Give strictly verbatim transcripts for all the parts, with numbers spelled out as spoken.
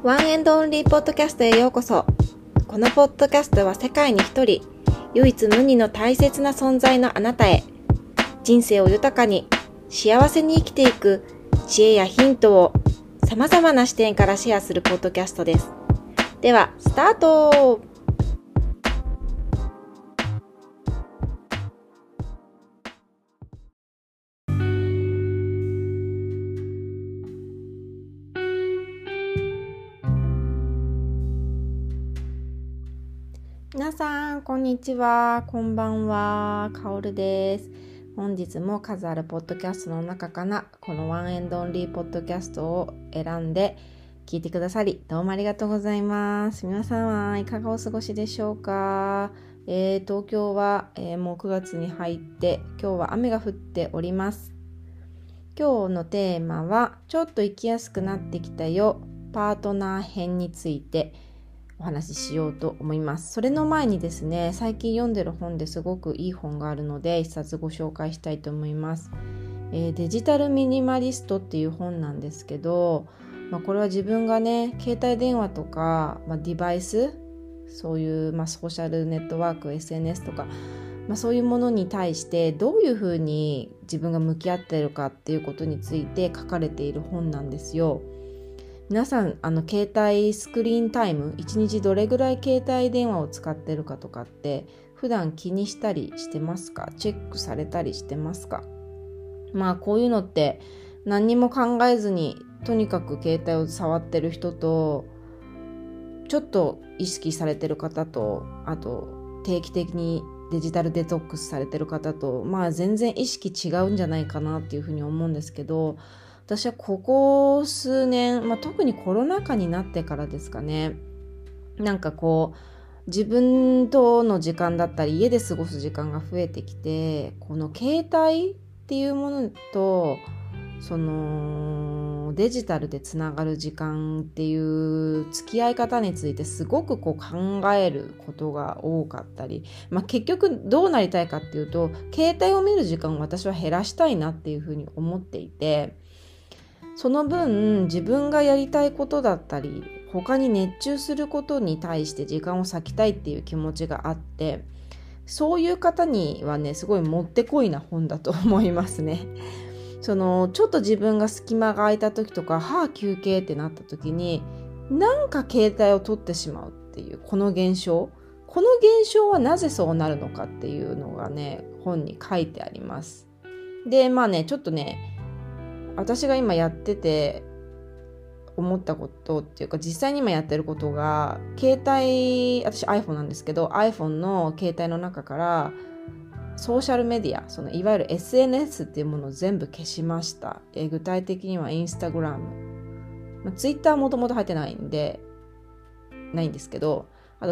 ワンエンドオンリーポッドキャストへようこそ。このポッドキャストは世界に一人、唯一無二の大切な存在のあなたへ、人生を豊かに、幸せに生きていく知恵やヒントを様々な視点からシェアするポッドキャストです。では、スタート！皆さん、こんにちは。こんばんは。かおるです。本日も数あるポッドキャストの中からこのワンエンドオンリーポッドキャストを選んで聞いてくださりどうもありがとうございます。皆さんはいかがお過ごしでしょうか？えー、東京は、えー、もうくがつに入って今日は雨が降っております。今日のテーマはちょっと生きやすくなってきたよパートナー編についてお話ししようと思います。それの前にですね、最近読んでる本ですごくいい本があるので一冊ご紹介したいと思います。えー、デジタルミニマリストっていう本なんですけど、まあ、これは自分がね、携帯電話とか、まあ、デバイス、そういう、まあ、ソーシャルネットワーク、エスエヌエス とか、まあ、そういうものに対してどういうふうに自分が向き合っているかっていうことについて書かれている本なんですよ。皆さん、あの携帯スクリーンタイム、いちにちどれぐらい携帯電話を使ってるかとかって普段気にしたりしてますか？チェックされたりしてますか？まあこういうのって何にも考えずにとにかく携帯を触ってる人と、ちょっと意識されてる方と、あと定期的にデジタルデトックスされてる方と、まあ全然意識違うんじゃないかなっていうふうに思うんですけど、私はここ数年、まあ、特にコロナ禍になってからですかね、なんかこう自分との時間だったり家で過ごす時間が増えてきて、この携帯っていうものとそのデジタルでつながる時間っていう付き合い方についてすごくこう考えることが多かったり、まあ、結局どうなりたいかっていうと、携帯を見る時間を私は減らしたいなっていうふうに思っていて、その分自分がやりたいことだったり他に熱中することに対して時間を割きたいっていう気持ちがあって、そういう方にはねすごいもってこいな本だと思いますね。そのちょっと自分が隙間が空いた時とか、はあ休憩ってなった時になんか携帯を取ってしまうっていうこの現象この現象はなぜそうなるのかっていうのがね本に書いてあります。でまあねちょっとね私が今やってて思ったことっていうか、実際に今やってることが、携帯、私 iPhone なんですけど iPhone の携帯の中からソーシャルメディア、そのいわゆる エスエヌエス っていうものを全部消しました。え具体的には Instagram、まあ、Twitter はもともと入ってないんでないんですけど、あと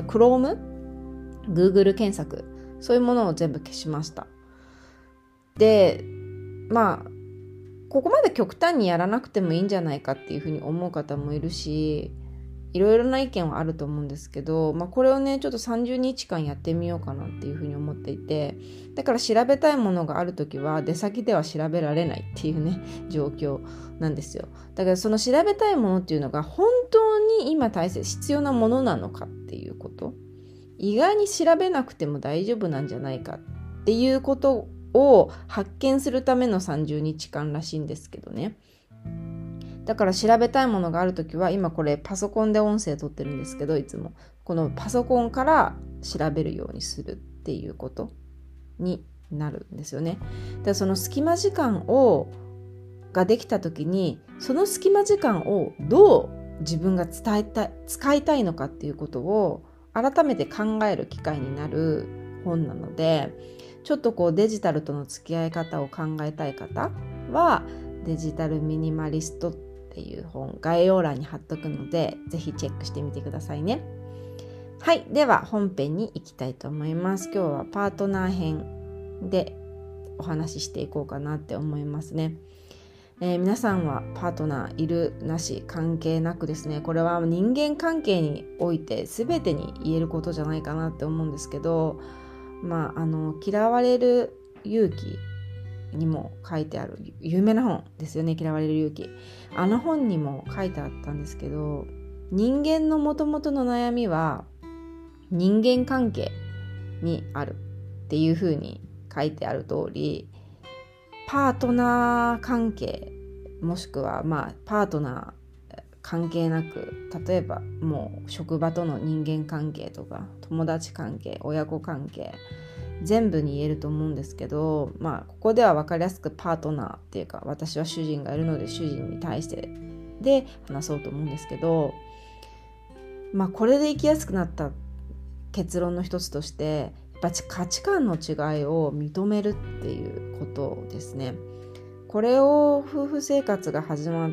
Chrome、Google 検索、そういうものを全部消しました。でまあここまで極端にやらなくてもいいんじゃないかっていうふうに思う方もいるし、いろいろな意見はあると思うんですけど、まあ、これをねちょっとさんじゅうにちかんやってみようかなっていうふうに思っていて、だから調べたいものがあるときは出先では調べられないっていうね状況なんですよ。だからその調べたいものっていうのが本当に今大切必要なものなのかっていうこと、意外に調べなくても大丈夫なんじゃないかっていうことを発見するためのさんじゅうにちかんらしいんですけどね。だから調べたいものがあるときは、今これパソコンで音声撮ってるんですけど、いつもこのパソコンから調べるようにするっていうことになるんですよね。だからその隙間時間をができたときに、その隙間時間をどう自分が伝えたい使いたいのかっていうことを改めて考える機会になる本なので、ちょっとこうデジタルとの付き合い方を考えたい方はデジタルミニマリストっていう本概要欄に貼っとくので、ぜひチェックしてみてくださいね。はい、では本編に行きたいと思います。今日はパートナー編でお話ししていこうかなって思いますね。えー、皆さんはパートナーいるなし関係なくですね、これは人間関係において全てに言えることじゃないかなって思うんですけど、まあ、あの嫌われる勇気にも書いてある有名な本ですよね。嫌われる勇気、あの本にも書いてあったんですけど、 人間のもともとの悩みは人間関係にあるっていうふうに書いてある通り、パートナー関係もしくはまあパートナー関係なく、例えばもう職場との人間関係とか友達関係、親子関係、全部に言えると思うんですけど、まあここでは分かりやすくパートナーっていうか、私は主人がいるので主人に対してで話そうと思うんですけど、まあこれで生きやすくなった結論の一つとして、やっぱ価値観の違いを認めるっていうことですね。これを夫婦生活が始まって、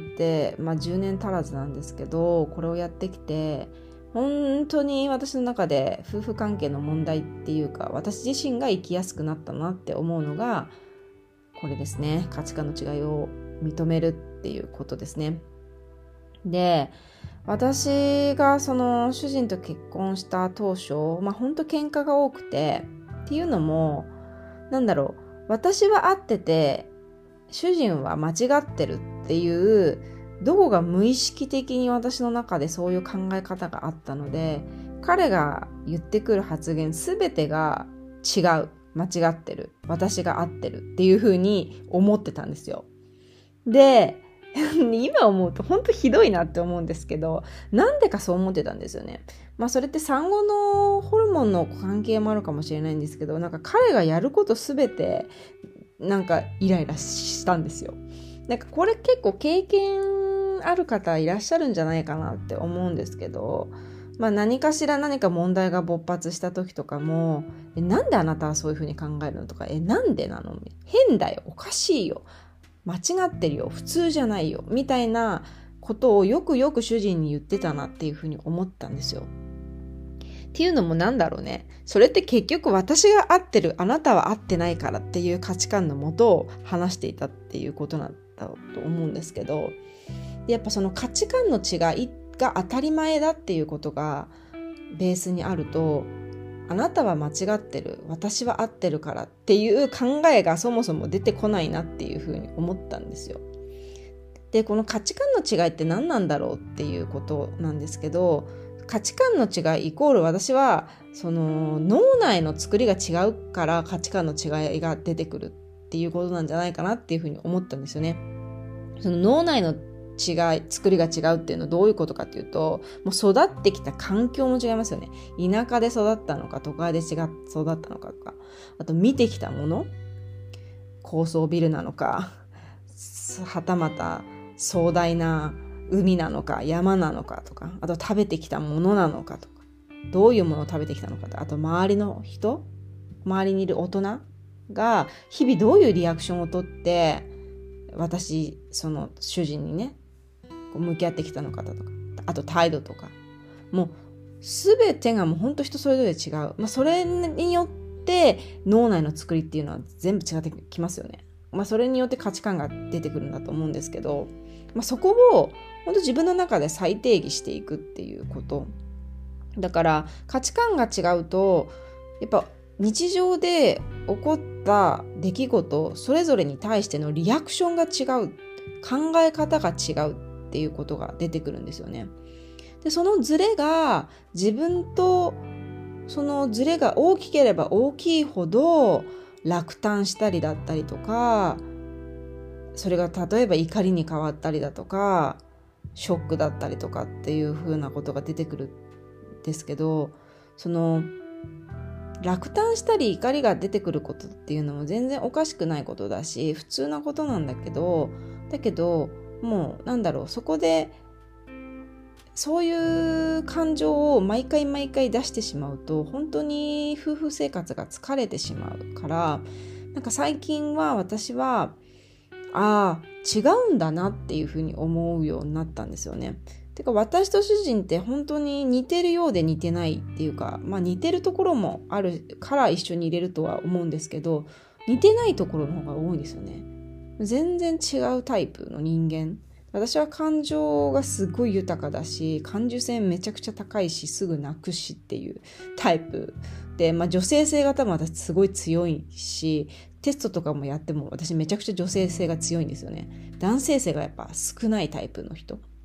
まあ、じゅうねん足らずなんですけど、これをやってきて本当に私の中で夫婦関係の問題っていうか、私自身が生きやすくなったなって思うのがこれですね。価値観の違いを認めるっていうことですね。で、私がその主人と結婚した当初、まあ本当喧嘩が多くて、っていうのもなんだろう、私は合ってて主人は間違ってるっていう、どこが無意識的に私の中でそういう考え方があったので、彼が言ってくる発言すべてが違う、間違ってる、私が合ってるっていう風に思ってたんですよ。で今思うと本当ひどいなって思うんですけど、なんでかそう思ってたんですよね。まあそれって産後のホルモンの関係もあるかもしれないんですけど、なんか彼がやることすべてなんかイライラしたんですよ。なんかこれ結構経験ある方いらっしゃるんじゃないかなって思うんですけど、まあ何かしら何か問題が勃発した時とかも、えなんであなたはそういうふうに考えるのとか、えなんでなの、変だよ、おかしいよ、間違ってるよ、普通じゃないよみたいなことをよくよく主人に言ってたなっていうふうに思ったんですよ。っていうのもなんだろうね、それって結局私が合ってる、あなたは合ってないからっていう価値観のもとを話していたっていうことなんだと思うんですけど、やっぱその価値観の違いが当たり前だっていうことがベースにあると、あなたは間違ってる、私は合ってるからっていう考えがそもそも出てこないなっていうふうに思ったんですよ。で、この価値観の違いって何なんだろうっていうことなんですけど、価値観の違いイコール、私はその脳内の作りが違うから価値観の違いが出てくるっていうことなんじゃないかなっていうふうに思ったんですよね。その脳内の違い、作りが違うっていうのはどういうことかっていうと、もう育ってきた環境も違いますよね。田舎で育ったのか都会で違育ったのかとか、あと見てきたもの、高層ビルなのか、はたまた壮大な海なのか山なのかとか、あと食べてきたものなのかとか、どういうものを食べてきたのかとか、あと周りの人、周りにいる大人が日々どういうリアクションをとって私その主人にね向き合ってきたのかとか、あと態度とか、もう全てがもう本当人それぞれ違う、まあ、それによって脳内の作りっていうのは全部違ってきますよね。まあ、それによって価値観が出てくるんだと思うんですけど、まあ、そこを本当自分の中で再定義していくっていうことだから、価値観が違うとやっぱ日常で起こった出来事それぞれに対してのリアクションが違う、考え方が違うっていうことが出てくるんですよね。で、そのズレが自分とそのズレが大きければ大きいほど落胆したりだったりとか、それが例えば怒りに変わったりだとかショックだったりとかっていう風なことが出てくるんですけど、その落胆したり怒りが出てくることっていうのも全然おかしくないことだし普通なことなんだけど、だけどもうなんだろう、そこでそういう感情を毎回毎回出してしまうと本当に夫婦生活が疲れてしまうから、なんか最近は私はああ違うんだなっていうふうに思うようになったんですよね。てか私と主人って本当に似てるようで似てないっていうか、まあ似てるところもあるから一緒に入れるとは思うんですけど、似てないところの方が多いんですよね。全然違うタイプの人間。私は感情がすごい豊かだし、感受性めちゃくちゃ高いし、すぐ泣くしっていうタイプで、まあ女性性が多分私すごい強いし、テストとかもやっても私めちゃくちゃ女性性が強いんですよね。男性性がやっぱ少ないタイプの人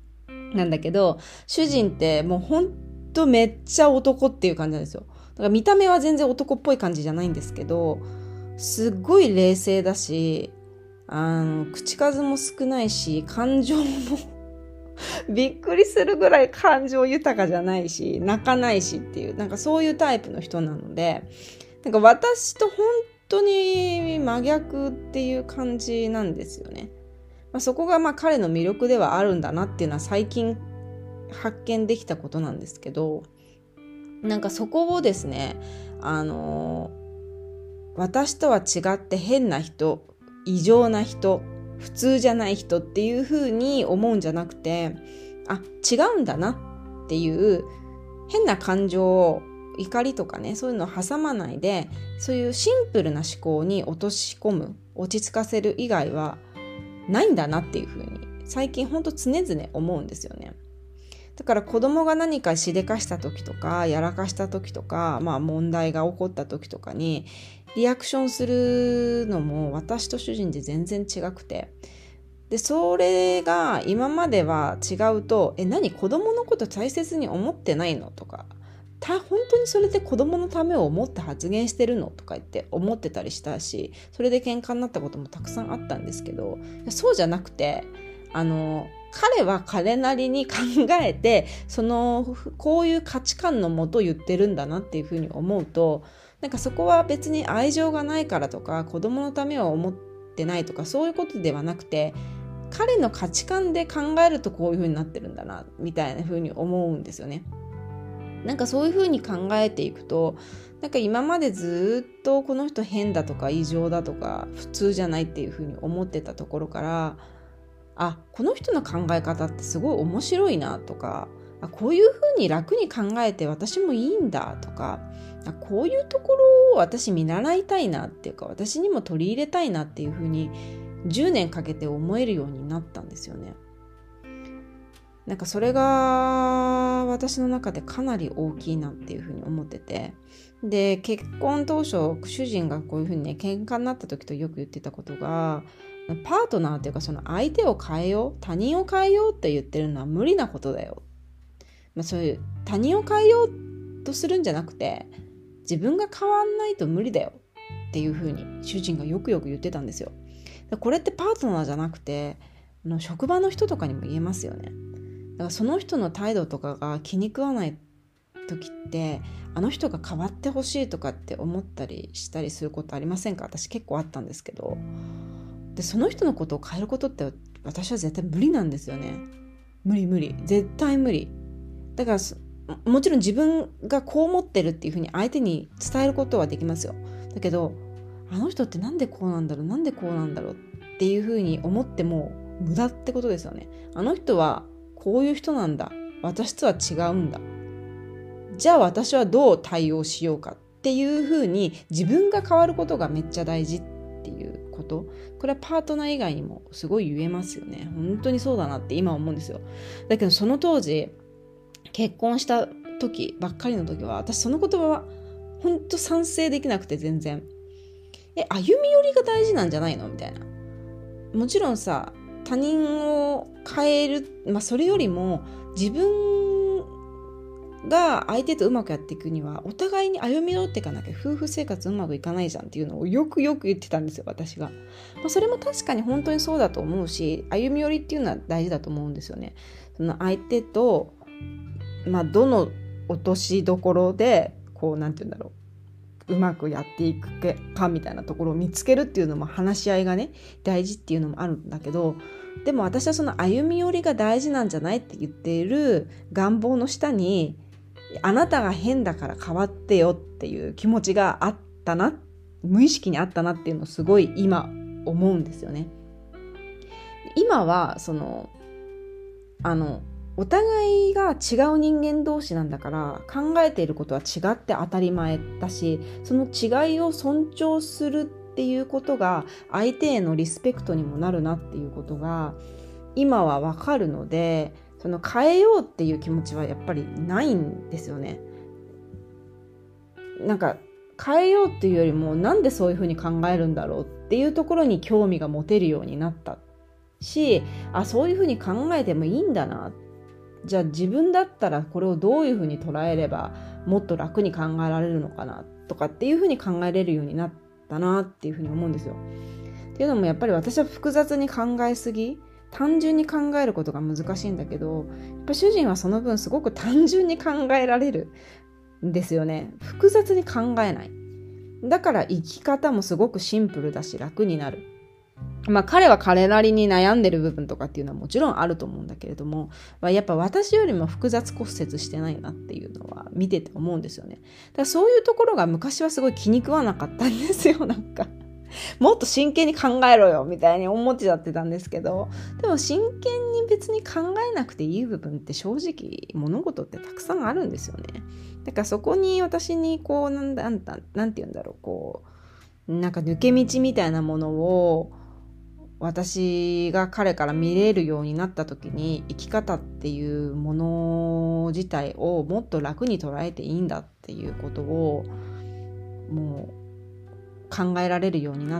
なんだけど、主人ってもうほんとめっちゃ男っていう感じなんですよ。だから見た目は全然男っぽい感じじゃないんですけど、すっごい冷静だし、あの口数も少ないし、感情もびっくりするぐらい感情豊かじゃないし、泣かないしっていう、なんかそういうタイプの人なので、なんか私と本当に真逆っていう感じなんですよね。まあ、そこがまあ彼の魅力ではあるんだなっていうのは最近発見できたことなんですけど、なんかそこをですね、あのー、私とは違って変な人、異常な人、普通じゃない人っていう風に思うんじゃなくて、あ、違うんだなっていう変な感情を、怒りとかね、そういうのを挟まないで、そういうシンプルな思考に落とし込む、落ち着かせる以外はないんだなっていう風に最近ほんと常々思うんですよね。だから子供が何かしでかした時とかやらかした時とか、まあ問題が起こった時とかにリアクションするのも私と主人で全然違くて、でそれが今までは違うと、え何子供のこと大切に思ってないのとか、た本当にそれで子供のためを思って発言してるのとか言って思ってたりしたし、それで喧嘩になったこともたくさんあったんですけど、そうじゃなくて、あの彼は彼なりに考えて、そのこういう価値観のもと言ってるんだなっていうふうに思うと、なんかそこは別に愛情がないからとか子供のためを思ってないとかそういうことではなくて、彼の価値観で考えるとこういうふうになってるんだなみたいなふうに思うんですよね。なんかそういうふうに考えていくと、なんか今までずっとこの人変だとか異常だとか普通じゃないっていうふうに思ってたところから、あ、この人の考え方ってすごい面白いなとか、あ、こういうふうに楽に考えて私もいいんだとか、あ、こういうところを私見習いたいなっていうか、私にも取り入れたいなっていうふうにじゅうねんかけて思えるようになったんですよね。なんかそれが私の中でかなり大きいなっていうふうに思ってて、で結婚当初主人がこういうふうにね喧嘩になった時とよく言ってたことが、パートナーっていうかその相手を変えよう、他人を変えようって言ってるのは無理なことだよ、まあ、そういう他人を変えようとするんじゃなくて自分が変わんないと無理だよっていうふうに主人がよくよく言ってたんですよ。これってパートナーじゃなくての職場の人とかにも言えますよね。だからその人の態度とかが気に食わない時って、あの人が変わってほしいとかって思ったりしたりすることありませんか？私結構あったんですけど、でその人のことを変えることって私は絶対無理なんですよね。無理無理、絶対無理。だからもちろん自分がこう思ってるっていうふうに相手に伝えることはできますよ。だけどあの人ってなんでこうなんだろう、なんでこうなんだろうっていうふうに思っても無駄ってことですよね。あの人はこういう人なんだ、私とは違うんだ、じゃあ私はどう対応しようかっていうふうに自分が変わることがめっちゃ大事っていうこと、これはパートナー以外にもすごい言えますよね。本当にそうだなって今思うんですよ。だけどその当時結婚した時ばっかりの時は私その言葉は本当賛成できなくて、全然え歩み寄りが大事なんじゃないのみたいな。もちろんさ、他人を変える、まあ、それよりも自分が相手とうまくやっていくにはお互いに歩み寄っていかなきゃ夫婦生活うまくいかないじゃんっていうのをよくよく言ってたんですよ、私が。まあ、それも確かに本当にそうだと思うし、歩み寄りっていうのは大事だと思うんですよね。その相手と、まあ、どの落としどころでこうなんて言うんだろう、うまくやっていくかみたいなところを見つけるっていうのも話し合いがね大事っていうのもあるんだけど、でも私はその歩み寄りが大事なんじゃないって言っている願望の下に、あなたが変だから変わってよっていう気持ちがあったな、無意識にあったなっていうのをすごい今思うんですよね。今はそのあのお互いが違う人間同士なんだから考えていることは違って当たり前だし、その違いを尊重するっていうことが相手へのリスペクトにもなるなっていうことが今はわかるので、その変えようっていう気持ちはやっぱりないんですよね。なんか変えようっていうよりもなんでそういうふうに考えるんだろうっていうところに興味が持てるようになったし、あ、そういうふうに考えてもいいんだなっじゃあ自分だったらこれをどういうふうに捉えればもっと楽に考えられるのかなとかっていうふうに考えれるようになったなっていうふうに思うんですよ。っていうのもやっぱり私は複雑に考えすぎ、単純に考えることが難しいんだけど、やっぱ主人はその分すごく単純に考えられるんですよね。複雑に考えない。だから生き方もすごくシンプルだし楽になる。まあ彼は彼なりに悩んでる部分とかっていうのはもちろんあると思うんだけれども、やっぱ私よりも複雑骨折してないなっていうのは見てて思うんですよね。だからそういうところが昔はすごい気に食わなかったんですよ。なんかもっと真剣に考えろよみたいに思っちゃってたんですけど、でも真剣に別に考えなくていい部分って正直物事ってたくさんあるんですよね。だからそこに私にこうなんだなんだなんて言うんだろう、こうなんか抜け道みたいなものを私が彼から見れるようになった時に、生き方っていうもの自体をもっと楽に捉えていいんだっていうことをもう考えられるようになって、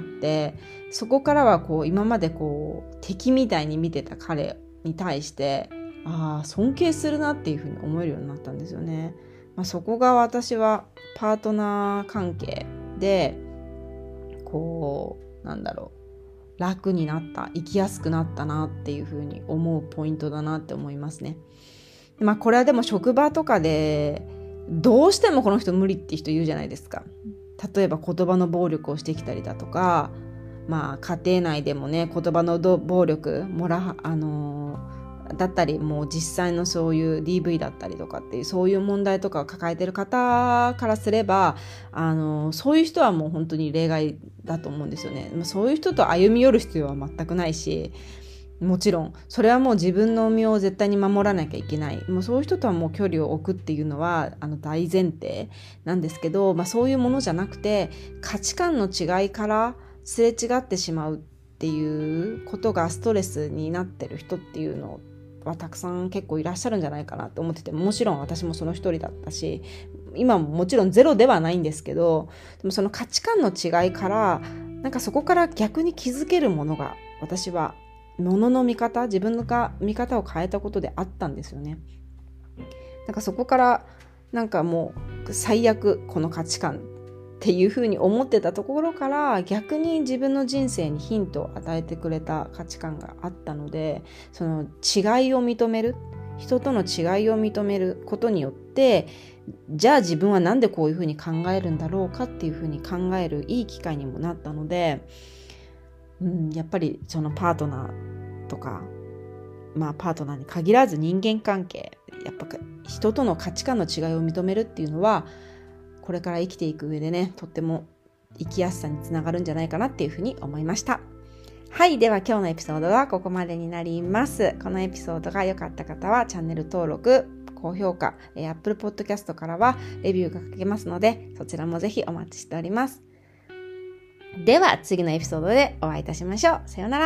そこからはこう今までこう敵みたいに見てた彼に対してああ尊敬するなっていうふうに思えるようになったんですよね。まあ、そこが私はパートナー関係でこうなんだろう楽になった、生きやすくなったなっていうふうに思うポイントだなって思いますね。まあこれはでも職場とかでどうしてもこの人無理って人いるじゃないですか。例えば言葉の暴力をしてきたりだとか、まあ家庭内でもね言葉の暴力もらあのー、だったりもう実際のそういう ディーブイ だったりとかっていうそういう問題とかを抱えてる方からすればあのー、そういう人はもう本当に例外だと思うんですよね。そういう人と歩み寄る必要は全くないし、もちろんそれはもう自分の身を絶対に守らなきゃいけない、もうそういう人とはもう距離を置くっていうのはあの大前提なんですけど、まあ、そういうものじゃなくて価値観の違いからすれ違ってしまうっていうことがストレスになってる人っていうのはたくさん結構いらっしゃるんじゃないかなと思ってて、もちろん私もその一人だったし今ももちろんゼロではないんですけど、でもその価値観の違いからなんかそこから逆に気づけるものが私は物の見方、自分が見方を変えたことであったんですよね。なんかそこからなんかもう最悪この価値観っていう風に思ってたところから逆に自分の人生にヒントを与えてくれた価値観があったので、その違いを認める、人との違いを認めることによってじゃあ自分はなんでこういう風に考えるんだろうかっていう風に考えるいい機会にもなったので、うん、やっぱりそのパートナーとか、まあパートナーに限らず人間関係、やっぱ人との価値観の違いを認めるっていうのはこれから生きていく上でね、とっても生きやすさにつながるんじゃないかなっていうふうに思いました。はい、では今日のエピソードはここまでになります。このエピソードが良かった方はチャンネル登録、高評価、Apple Podcast からはレビューが書けますので、そちらもぜひお待ちしております。では次のエピソードでお会いいたしましょう。さような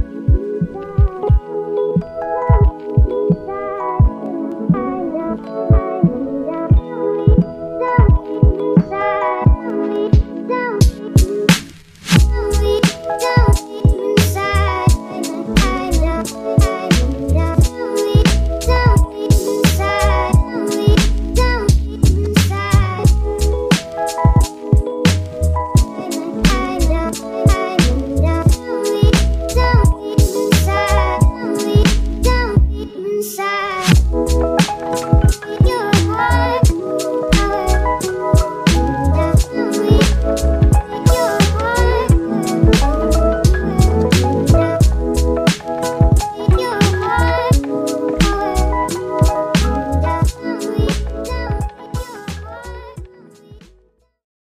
ら。Bye.